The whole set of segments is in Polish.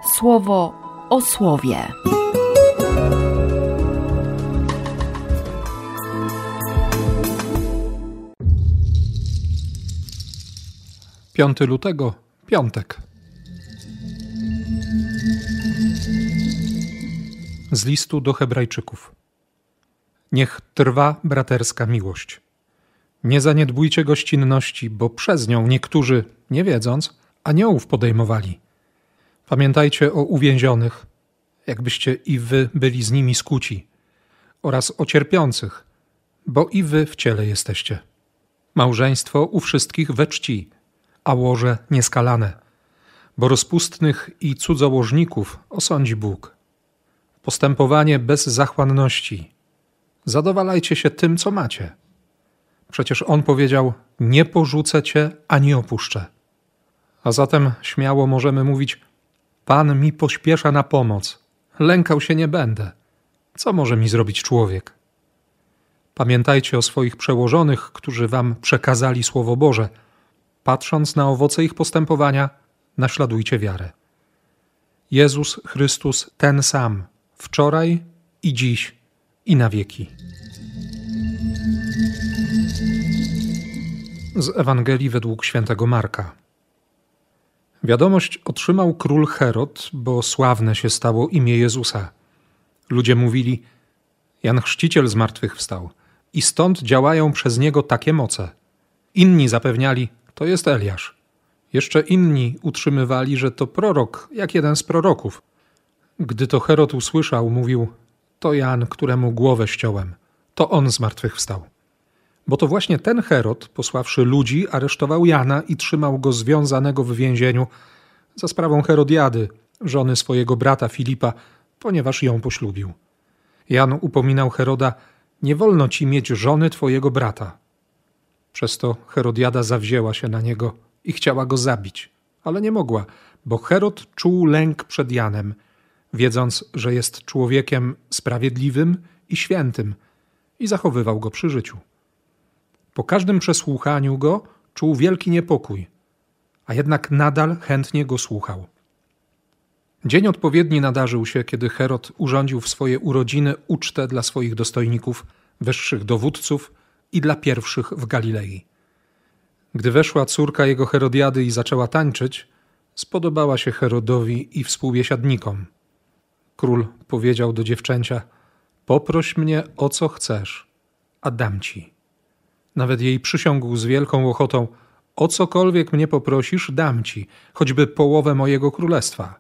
Słowo o słowie. Piąty lutego, piątek. Z listu do Hebrajczyków. Niech trwa braterska miłość. Nie zaniedbujcie gościnności, bo przez nią niektórzy, nie wiedząc, aniołów podejmowali. Pamiętajcie o uwięzionych, jakbyście i wy byli z nimi skuci, oraz o cierpiących, bo i wy w ciele jesteście. Małżeństwo u wszystkich we czci, a łoże nieskalane, bo rozpustnych i cudzołożników osądzi Bóg. Postępowanie bez zachłanności. Zadowalajcie się tym, co macie. Przecież On powiedział, nie porzucę cię, ani opuszczę. A zatem śmiało możemy mówić, Pan mi pośpiesza na pomoc, lękał się nie będę. Co może mi zrobić człowiek? Pamiętajcie o swoich przełożonych, którzy wam przekazali Słowo Boże. Patrząc na owoce ich postępowania, naśladujcie wiarę. Jezus Chrystus ten sam, wczoraj i dziś i na wieki. Z Ewangelii według świętego Marka. Wiadomość otrzymał król Herod, bo sławne się stało imię Jezusa. Ludzie mówili, Jan Chrzciciel zmartwychwstał i stąd działają przez niego takie moce. Inni zapewniali, to jest Eliasz. Jeszcze inni utrzymywali, że to prorok, jak jeden z proroków. Gdy to Herod usłyszał, mówił, to Jan, któremu głowę ściąłem. To on zmartwychwstał. Bo to właśnie ten Herod, posławszy ludzi, aresztował Jana i trzymał go związanego w więzieniu za sprawą Herodiady, żony swojego brata Filipa, ponieważ ją poślubił. Jan upominał Heroda, nie wolno ci mieć żony twojego brata. Przez to Herodiada zawzięła się na niego i chciała go zabić, ale nie mogła, bo Herod czuł lęk przed Janem, wiedząc, że jest człowiekiem sprawiedliwym i świętym i zachowywał go przy życiu. Po każdym przesłuchaniu go czuł wielki niepokój, a jednak nadal chętnie go słuchał. Dzień odpowiedni nadarzył się, kiedy Herod urządził w swoje urodziny ucztę dla swoich dostojników, wyższych dowódców i dla pierwszych w Galilei. Gdy weszła córka jego Herodiady i zaczęła tańczyć, spodobała się Herodowi i współbiesiadnikom. Król powiedział do dziewczęcia, poproś mnie o co chcesz, a dam ci. Nawet jej przysiągł z wielką ochotą, o cokolwiek mnie poprosisz, dam ci, choćby połowę mojego królestwa.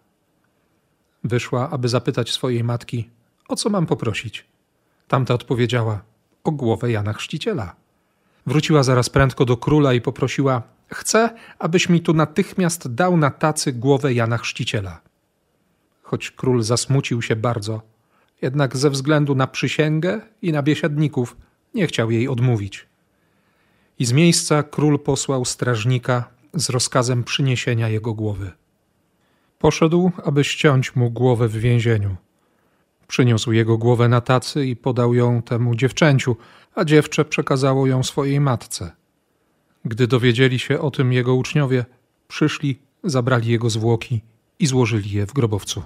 Wyszła, aby zapytać swojej matki, o co mam poprosić. Tamta odpowiedziała, o głowę Jana Chrzciciela. Wróciła zaraz prędko do króla i poprosiła, chcę, abyś mi tu natychmiast dał na tacy głowę Jana Chrzciciela. Choć król zasmucił się bardzo, jednak ze względu na przysięgę i na biesiadników nie chciał jej odmówić. I z miejsca król posłał strażnika z rozkazem przyniesienia jego głowy. Poszedł, aby ściąć mu głowę w więzieniu. Przyniósł jego głowę na tacy i podał ją temu dziewczęciu, a dziewczę przekazało ją swojej matce. Gdy dowiedzieli się o tym jego uczniowie, przyszli, zabrali jego zwłoki i złożyli je w grobowcu.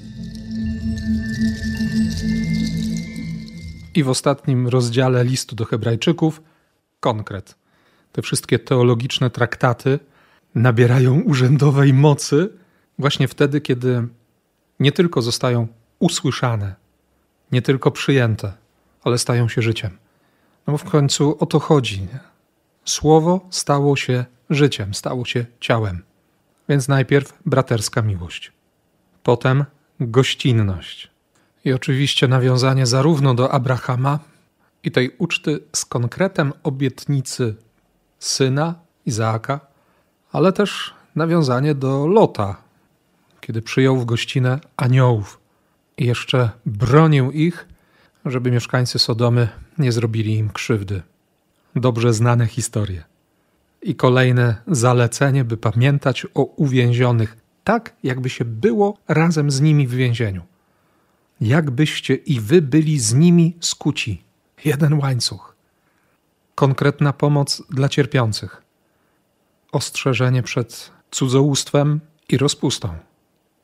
I w ostatnim rozdziale listu do Hebrajczyków konkret. Te wszystkie teologiczne traktaty nabierają urzędowej mocy właśnie wtedy, kiedy nie tylko zostają usłyszane, nie tylko przyjęte, ale stają się życiem. No bo w końcu o to chodzi. Nie? Słowo stało się życiem, stało się ciałem. Więc najpierw braterska miłość, potem gościnność i oczywiście nawiązanie zarówno do Abrahama i tej uczty z konkretem obietnicy syna Izaaka, ale też nawiązanie do Lota, kiedy przyjął w gościnę aniołów i jeszcze bronił ich, żeby mieszkańcy Sodomy nie zrobili im krzywdy. Dobrze znane historie. I kolejne zalecenie, by pamiętać o uwięzionych, tak jakby się było razem z nimi w więzieniu. Jakbyście i wy byli z nimi skuci. Jeden łańcuch. Konkretna pomoc dla cierpiących. Ostrzeżenie przed cudzołóstwem i rozpustą.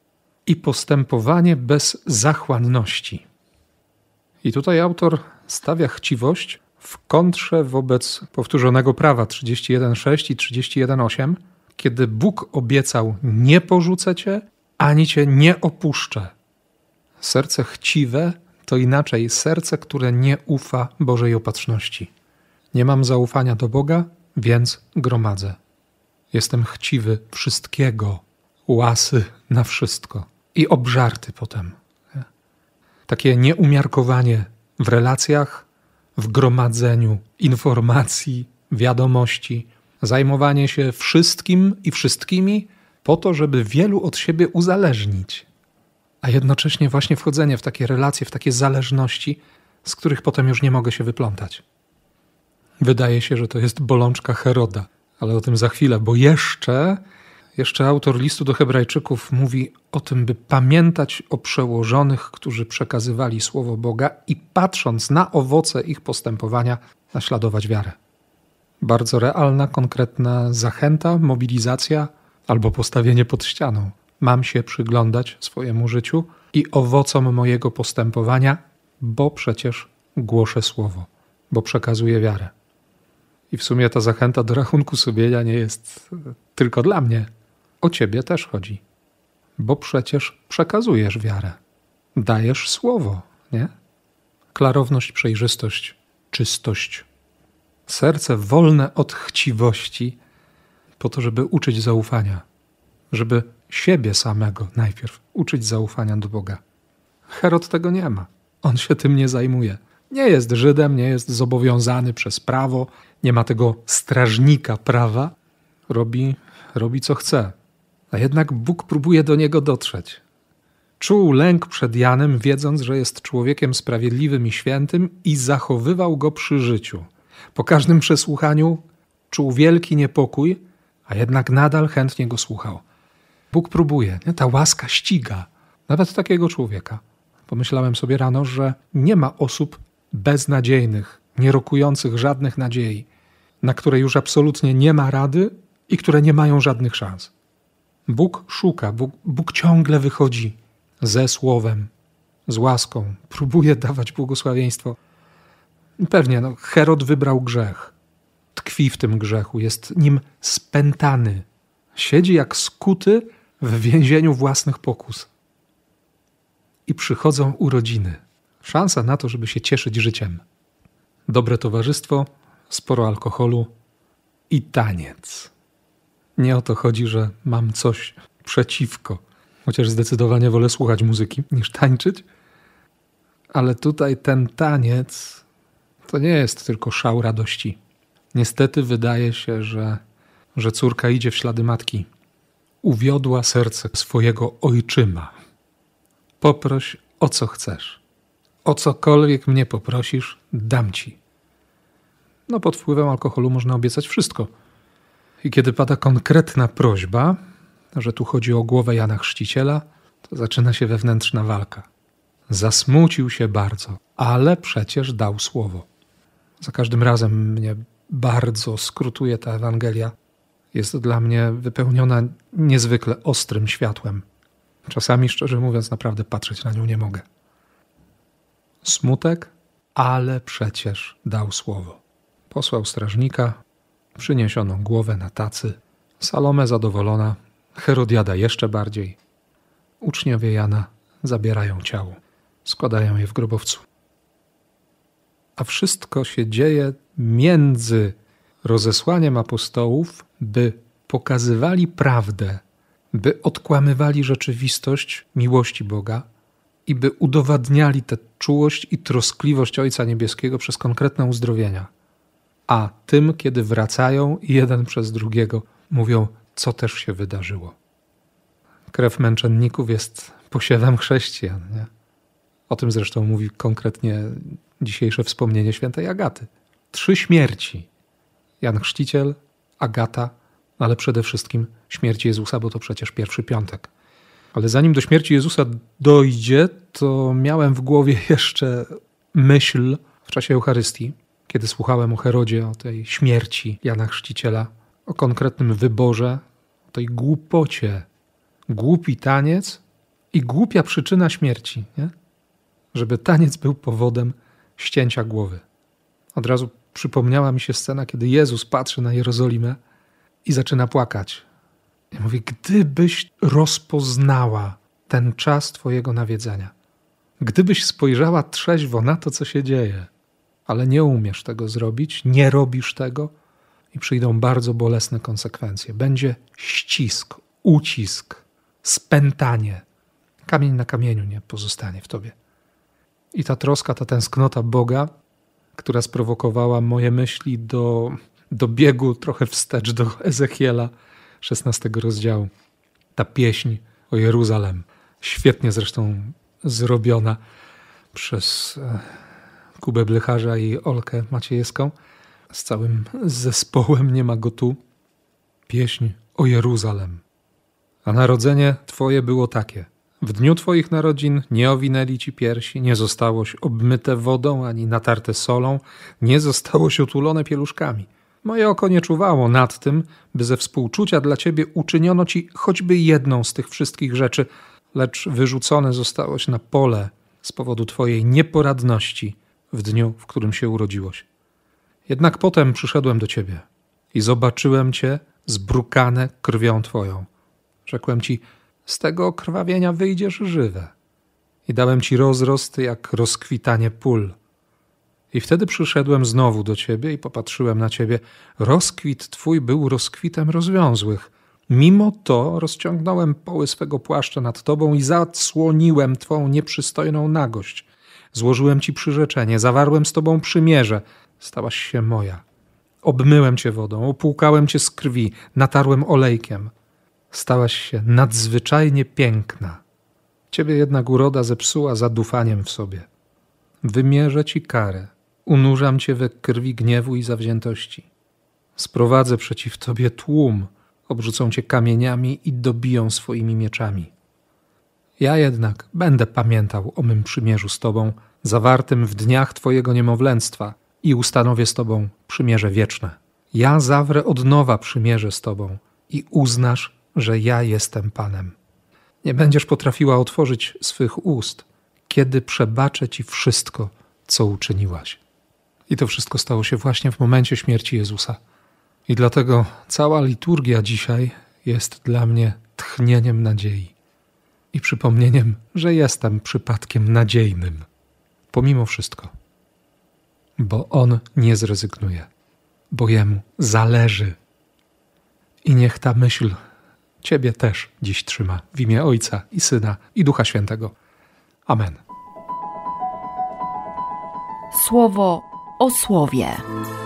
i postępowanie bez zachłanności. I tutaj autor stawia chciwość w kontrze wobec powtórzonego prawa 31:6 i 31:8, kiedy Bóg obiecał: nie porzucę cię, ani cię nie opuszczę. Serce chciwe to inaczej serce, które nie ufa Bożej opatrzności. Nie mam zaufania do Boga, więc gromadzę. Jestem chciwy wszystkiego, łasy na wszystko i obżarty potem. Takie nieumiarkowanie w relacjach, w gromadzeniu informacji, wiadomości, zajmowanie się wszystkim i wszystkimi po to, żeby wielu od siebie uzależnić, a jednocześnie właśnie wchodzenie w takie relacje, w takie zależności, z których potem już nie mogę się wyplątać. Wydaje się, że to jest bolączka Heroda, ale o tym za chwilę, bo jeszcze autor listu do Hebrajczyków mówi o tym, by pamiętać o przełożonych, którzy przekazywali słowo Boga i patrząc na owoce ich postępowania, naśladować wiarę. Bardzo realna, konkretna zachęta, mobilizacja albo postawienie pod ścianą. Mam się przyglądać swojemu życiu i owocom mojego postępowania, bo przecież głoszę słowo, bo przekazuję wiarę. I w sumie ta zachęta do rachunku sumienia nie jest tylko dla mnie. O ciebie też chodzi. Bo przecież przekazujesz wiarę. Dajesz słowo, nie? Klarowność, przejrzystość, czystość. Serce wolne od chciwości po to, żeby uczyć zaufania. Żeby siebie samego najpierw uczyć zaufania do Boga. Herod tego nie ma. On się tym nie zajmuje. Nie jest Żydem, nie jest zobowiązany przez prawo, nie ma tego strażnika prawa. Robi co chce. A jednak Bóg próbuje do niego dotrzeć. Czuł lęk przed Janem, wiedząc, że jest człowiekiem sprawiedliwym i świętym i zachowywał go przy życiu. Po każdym przesłuchaniu czuł wielki niepokój, a jednak nadal chętnie go słuchał. Bóg próbuje, nie? Ta łaska ściga nawet takiego człowieka. Pomyślałem sobie rano, że nie ma osób beznadziejnych, nie rokujących żadnych nadziei, na które już absolutnie nie ma rady i które nie mają żadnych szans. Bóg szuka, Bóg ciągle wychodzi ze słowem, z łaską, próbuje dawać błogosławieństwo. Pewnie, Herod wybrał grzech, tkwi w tym grzechu, jest nim spętany, siedzi jak skuty w więzieniu własnych pokus. I przychodzą urodziny, szansa na to, żeby się cieszyć życiem. Dobre towarzystwo, sporo alkoholu i taniec. Nie o to chodzi, że mam coś przeciwko, chociaż zdecydowanie wolę słuchać muzyki niż tańczyć, ale tutaj ten taniec to nie jest tylko szał radości. Niestety wydaje się, że córka idzie w ślady matki. Uwiodła serce swojego ojczyma. Poproś o co chcesz. O cokolwiek mnie poprosisz, dam ci. Pod wpływem alkoholu można obiecać wszystko. I kiedy pada konkretna prośba, że tu chodzi o głowę Jana Chrzciciela, to zaczyna się wewnętrzna walka. Zasmucił się bardzo, ale przecież dał słowo. Za każdym razem mnie bardzo skrutuje ta Ewangelia. Jest dla mnie wypełniona niezwykle ostrym światłem. Czasami, szczerze mówiąc, naprawdę patrzeć na nią nie mogę. Smutek, ale przecież dał słowo. Posłał strażnika, przyniesiono głowę na tacy. Salome zadowolona, Herodiada jeszcze bardziej. Uczniowie Jana zabierają ciało, składają je w grobowcu. A wszystko się dzieje między rozesłaniem apostołów, by pokazywali prawdę, by odkłamywali rzeczywistość miłości Boga i by udowadniali tę czułość i troskliwość Ojca Niebieskiego przez konkretne uzdrowienia. A tym, kiedy wracają jeden przez drugiego, mówią, co też się wydarzyło. Krew męczenników jest posiewem chrześcijan. Nie? O tym zresztą mówi konkretnie dzisiejsze wspomnienie świętej Agaty. 3 śmierci. Jan Chrzciciel, Agata, ale przede wszystkim śmierć Jezusa, bo to przecież pierwszy piątek. Ale zanim do śmierci Jezusa dojdzie, to miałem w głowie jeszcze myśl w czasie Eucharystii, kiedy słuchałem o Herodzie, o tej śmierci Jana Chrzciciela, o konkretnym wyborze, o tej głupocie. Głupi taniec i głupia przyczyna śmierci, nie? Żeby taniec był powodem ścięcia głowy. Od razu przypomniała mi się scena, kiedy Jezus patrzy na Jerozolimę i zaczyna płakać. I mówi, gdybyś rozpoznała ten czas twojego nawiedzenia, gdybyś spojrzała trzeźwo na to, co się dzieje, ale nie umiesz tego zrobić, nie robisz tego i przyjdą bardzo bolesne konsekwencje. Będzie ścisk, ucisk, spętanie. Kamień na kamieniu nie pozostanie w tobie. I ta troska, ta tęsknota Boga, która sprowokowała moje myśli do biegu trochę wstecz do Ezechiela 16 rozdziału. Ta pieśń o Jeruzalem, świetnie zresztą zrobiona przez Kubę Blecharza i Olkę Maciejewską, z całym zespołem, nie ma go tu. Pieśń o Jeruzalem. A narodzenie twoje było takie. W dniu twoich narodzin nie owinęli ci piersi, nie zostałoś obmyte wodą ani natarte solą, nie zostałoś otulone pieluszkami. Moje oko nie czuwało nad tym, by ze współczucia dla ciebie uczyniono ci choćby jedną z tych wszystkich rzeczy, lecz wyrzucone zostałoś na pole z powodu twojej nieporadności w dniu, w którym się urodziłoś. Jednak potem przyszedłem do ciebie i zobaczyłem cię zbrukane krwią twoją. Rzekłem ci, z tego okrwawienia wyjdziesz żywe. I dałem ci rozrost jak rozkwitanie pól. I wtedy przyszedłem znowu do ciebie i popatrzyłem na ciebie. Rozkwit twój był rozkwitem rozwiązłych. Mimo to rozciągnąłem poły swego płaszcza nad tobą i zasłoniłem twą nieprzystojną nagość. Złożyłem ci przyrzeczenie, zawarłem z tobą przymierze. Stałaś się moja. Obmyłem cię wodą, opłukałem cię z krwi, natarłem olejkiem. Stałaś się nadzwyczajnie piękna. Ciebie jednak uroda zepsuła zadufaniem w sobie. Wymierzę ci karę. Unurzam cię we krwi gniewu i zawziętości. Sprowadzę przeciw tobie tłum. Obrzucą cię kamieniami i dobiją swoimi mieczami. Ja jednak będę pamiętał o mym przymierzu z tobą, zawartym w dniach twojego niemowlęctwa i ustanowię z tobą przymierze wieczne. Ja zawrę od nowa przymierze z tobą i uznasz, że ja jestem Panem. Nie będziesz potrafiła otworzyć swych ust, kiedy przebaczę ci wszystko, co uczyniłaś. I to wszystko stało się właśnie w momencie śmierci Jezusa. I dlatego cała liturgia dzisiaj jest dla mnie tchnieniem nadziei i przypomnieniem, że jestem przypadkiem nadziejnym, pomimo wszystko. Bo On nie zrezygnuje, bo Jemu zależy. I niech ta myśl Ciebie też dziś trzyma w imię Ojca i Syna i Ducha Świętego. Amen. Słowo o słowie.